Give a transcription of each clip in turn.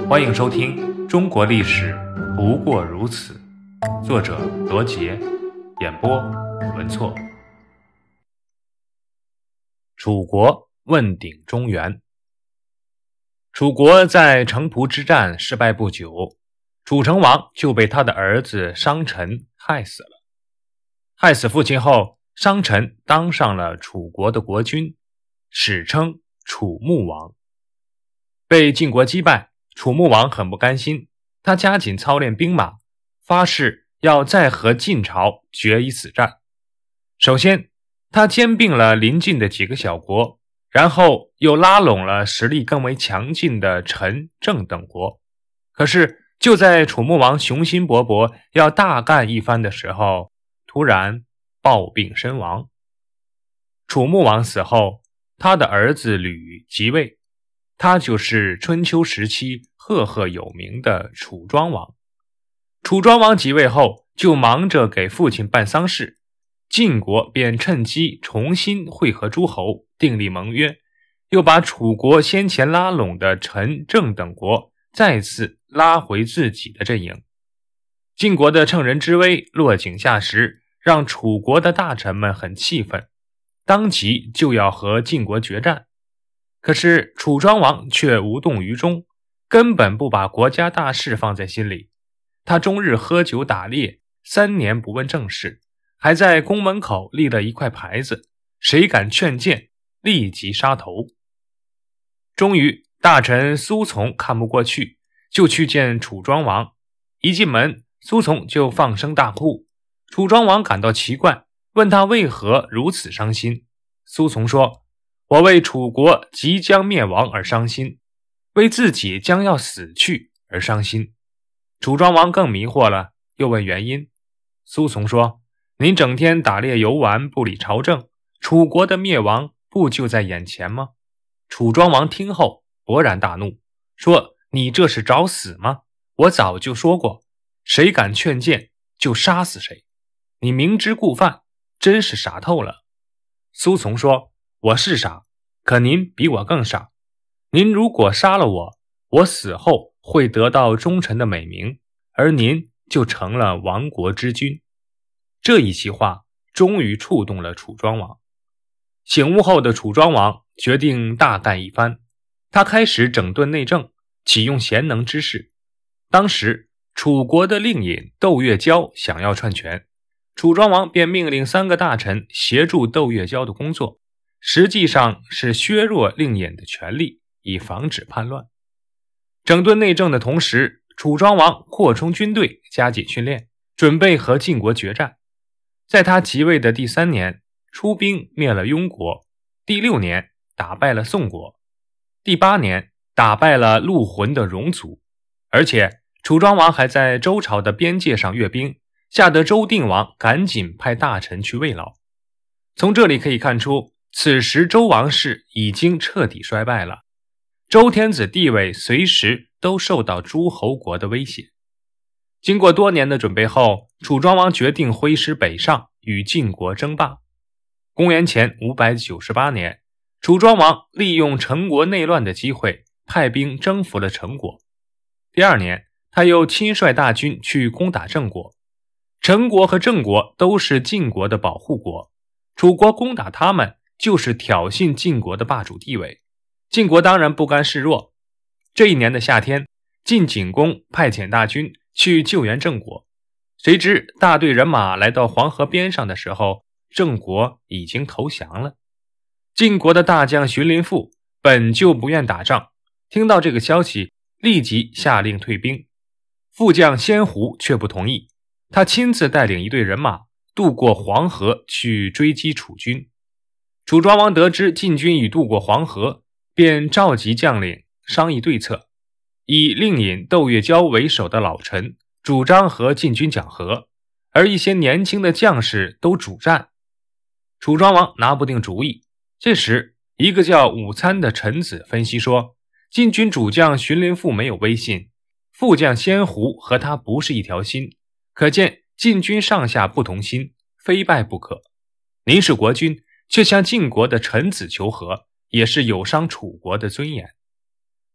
欢迎收听《中国历史不过如此》，作者罗杰，演播文措。楚国问鼎中原。楚国在城濮之战失败不久，楚成王就被他的儿子商臣害死了。害死父亲后，商臣当上了楚国的国君，史称楚穆王。被晋国击败，楚穆王很不甘心，他加紧操练兵马，发誓要再和晋朝决一死战。首先，他兼并了邻近的几个小国，然后又拉拢了实力更为强劲的陈、郑等国。可是就在楚穆王雄心勃勃要大干一番的时候，突然暴病身亡。楚穆王死后，他的儿子吕即位，他就是春秋时期赫赫有名的楚庄王。楚庄王即位后，就忙着给父亲办丧事，晋国便趁机重新会合诸侯，订立盟约，又把楚国先前拉拢的陈、郑等国再次拉回自己的阵营。晋国的乘人之危落井下石，让楚国的大臣们很气愤，当即就要和晋国决战。可是楚庄王却无动于衷，根本不把国家大事放在心里。他终日喝酒打猎，3年不问政事，还在宫门口立了一块牌子，谁敢劝谏，立即杀头。终于大臣苏从看不过去，就去见楚庄王。一进门，苏从就放声大哭。楚庄王感到奇怪，问他为何如此伤心。苏从说，我为楚国即将灭亡而伤心，为自己将要死去而伤心。楚庄王更迷惑了，又问原因。苏从说，您整天打猎游玩，不理朝政，楚国的灭亡不就在眼前吗？楚庄王听后勃然大怒，说，你这是找死吗？我早就说过，谁敢劝谏就杀死谁，你明知故犯，真是傻透了。苏从说，我是傻，可您比我更傻。您如果杀了我，我死后会得到忠臣的美名，而您就成了亡国之君。这一席话终于触动了楚庄王。醒悟后的楚庄王决定大干一番，他开始整顿内政，启用贤能之士。当时楚国的令尹窦月娇想要篡权，楚庄王便命令3个大臣协助窦月娇的工作，实际上是削弱令尹的权力，以防止叛乱。整顿内政的同时，楚庄王扩充军队，加紧训练，准备和晋国决战。在他即位的第3年，出兵灭了庸国；第6年打败了宋国；第8年打败了陆浑的戎族。而且楚庄王还在周朝的边界上阅兵，吓得周定王赶紧派大臣去慰劳。从这里可以看出，此时周王室已经彻底衰败了，周天子地位随时都受到诸侯国的威胁。经过多年的准备后，楚庄王决定挥师北上，与晋国争霸。公元前598年，楚庄王利用陈国内乱的机会，派兵征服了陈国。第2年，他又亲率大军去攻打郑国。陈国和郑国都是晋国的保护国，楚国攻打他们就是挑衅晋国的霸主地位。晋国当然不甘示弱。这一年的夏天，晋景公派遣大军去救援郑国，谁知大队人马来到黄河边上的时候，郑国已经投降了。晋国的大将荀林父本就不愿打仗，听到这个消息，立即下令退兵。副将先胡却不同意，他亲自带领一队人马渡过黄河去追击楚军。楚庄王得知晋军已渡过黄河，便召集将领商议对策。以令尹窦月娇为首的老臣主张和晋军讲和，而一些年轻的将士都主战。楚庄王拿不定主意，这时一个叫武参的臣子分析说，晋军主将荀林父没有威信，副将先胡和他不是一条心，可见晋军上下不同心，非败不可。您是国君，却向晋国的臣子求和，也是有伤楚国的尊严。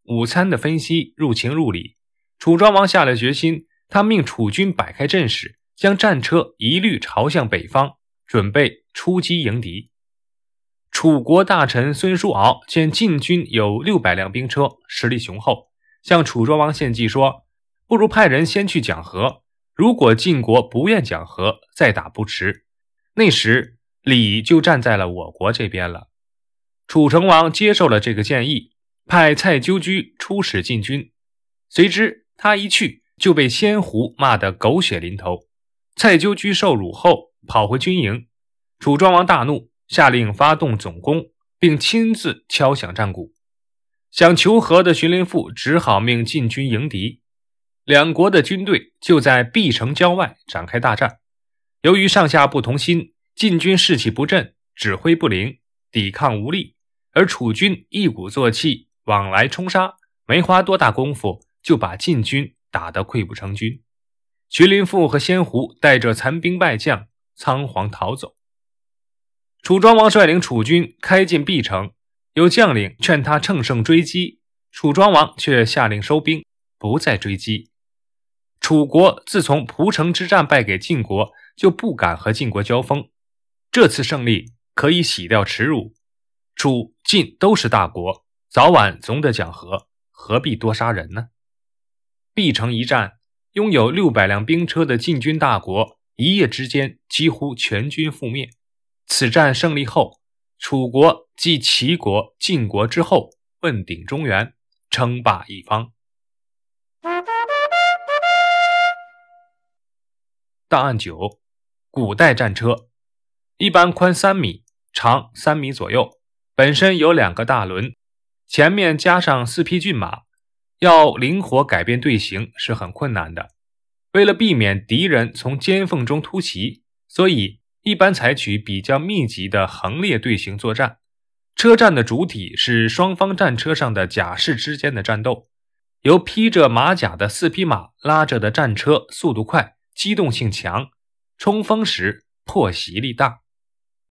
午餐的分析入情入理，楚庄王下了决心，他命楚军摆开阵势，将战车一律朝向北方，准备出击迎敌。楚国大臣孙叔敖见晋军有600辆兵车，实力雄厚，向楚庄王献计说，不如派人先去讲和，如果晋国不愿讲和，再打不迟。那时礼就站在了我国这边了。楚成王接受了这个建议，派蔡纠居出使晋军。谁知他一去就被先胡骂得狗血淋头。蔡纠居受辱后跑回军营，楚庄王大怒，下令发动总攻，并亲自敲响战鼓。想求和的荀林父只好命晋军迎敌。两国的军队就在毕城郊外展开大战。由于上下不同心，晋军士气不振，指挥不灵，抵抗无力，而楚军一鼓作气往来冲杀，没花多大功夫就把晋军打得溃不成军。荀林父和先胡带着残兵败将仓皇逃走。楚庄王率领楚军开进毕城，有将领劝他乘胜追击，楚庄王却下令收兵，不再追击。楚国自从蒲城之战败给晋国，就不敢和晋国交锋，这次胜利可以洗掉耻辱。楚晋都是大国，早晚总得讲和，何必多杀人呢？毕城一战，拥有600辆兵车的晋军大国一夜之间几乎全军覆灭。此战胜利后，楚国继齐国、晋国之后问鼎中原，称霸一方。档案9，古代战车一般宽3米，长3米左右，本身有2个大轮，前面加上4匹骏马，要灵活改变队形是很困难的。为了避免敌人从尖缝中突袭，所以一般采取比较密集的横列队形作战。车战的主体是双方战车上的甲士之间的战斗，由披着马甲的4匹马拉着的战车速度快，机动性强，冲锋时破袭力大。